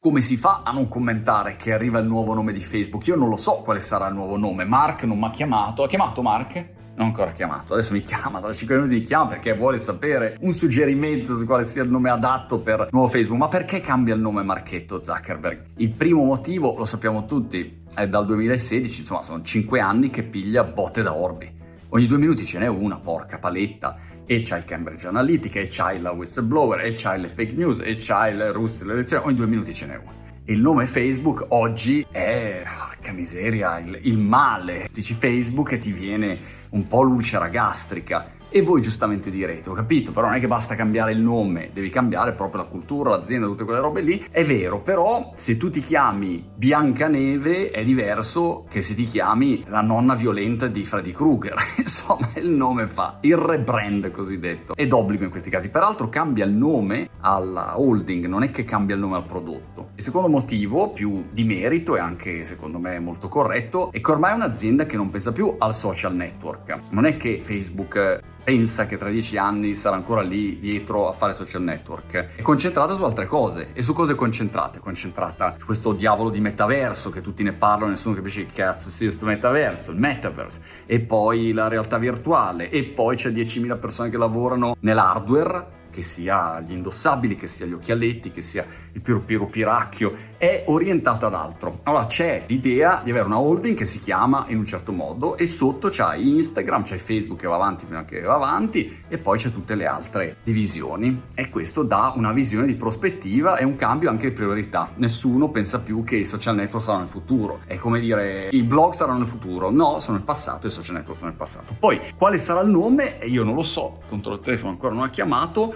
Come si fa a non commentare che arriva il nuovo nome di Facebook? Io non lo so quale sarà il nuovo nome. Mark non mi ha chiamato. Ha chiamato Mark? Non ancora chiamato. Adesso mi chiama, tra 5 minuti mi chiama perché vuole sapere un suggerimento su quale sia il nome adatto per il nuovo Facebook. Ma perché cambia il nome Marchetto Zuckerberg? Il primo motivo, lo sappiamo tutti, è dal 2016, insomma sono 5 anni che piglia botte da orbi. Ogni 2 minuti ce n'è una, porca paletta. E c'hai il Cambridge Analytica, e c'hai la whistleblower, e c'hai le fake news, e c'hai le russi, le elezioni. Ogni 2 minuti ce n'è una. E il nome Facebook oggi è, porca miseria, il male. Dici Facebook e ti viene un po' l'ulcera gastrica. E voi giustamente direte, ho capito, però non è che basta cambiare il nome, devi cambiare proprio la cultura, l'azienda, tutte quelle robe lì. È vero, però se tu ti chiami Biancaneve è diverso che se ti chiami la nonna violenta di Freddy Krueger. Insomma, il nome fa il rebrand cosiddetto. È d'obbligo in questi casi. Peraltro cambia il nome alla holding, non è che cambia il nome al prodotto. Il secondo motivo, più di merito e anche secondo me molto corretto, è che ormai è un'azienda che non pensa più al social network. Non è che Facebook pensa che tra 10 anni sarà ancora lì dietro a fare social network. È concentrata su altre cose. E su cosa è concentrata? È concentrata su questo diavolo di metaverso che tutti ne parlano, nessuno capisce che cazzo sia questo metaverso, il metaverse, e poi la realtà virtuale, e poi c'è 10.000 persone che lavorano nell'hardware, che sia gli indossabili, che sia gli occhialetti, che sia il pirupiracchio, è orientata ad altro. Allora c'è l'idea di avere una holding che si chiama in un certo modo e sotto c'hai Instagram, c'hai Facebook che va avanti fino a che va avanti e poi c'è tutte le altre divisioni, e questo dà una visione di prospettiva e un cambio anche di priorità. Nessuno pensa più che i social network saranno il futuro, è come dire i blog saranno il futuro. No, sono il passato, i social network sono il passato. Poi quale sarà il nome? Io non lo so, contro il telefono ancora non ha chiamato.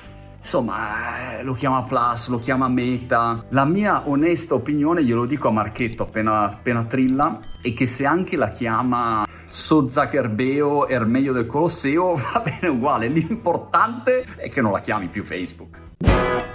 Insomma, lo chiama Plus, lo chiama Meta. La mia onesta opinione, glielo dico a Marchetto appena trilla, è che se anche la chiama So Zuckerbeo Ermeglio del Colosseo va bene uguale. L'importante è che non la chiami più Facebook.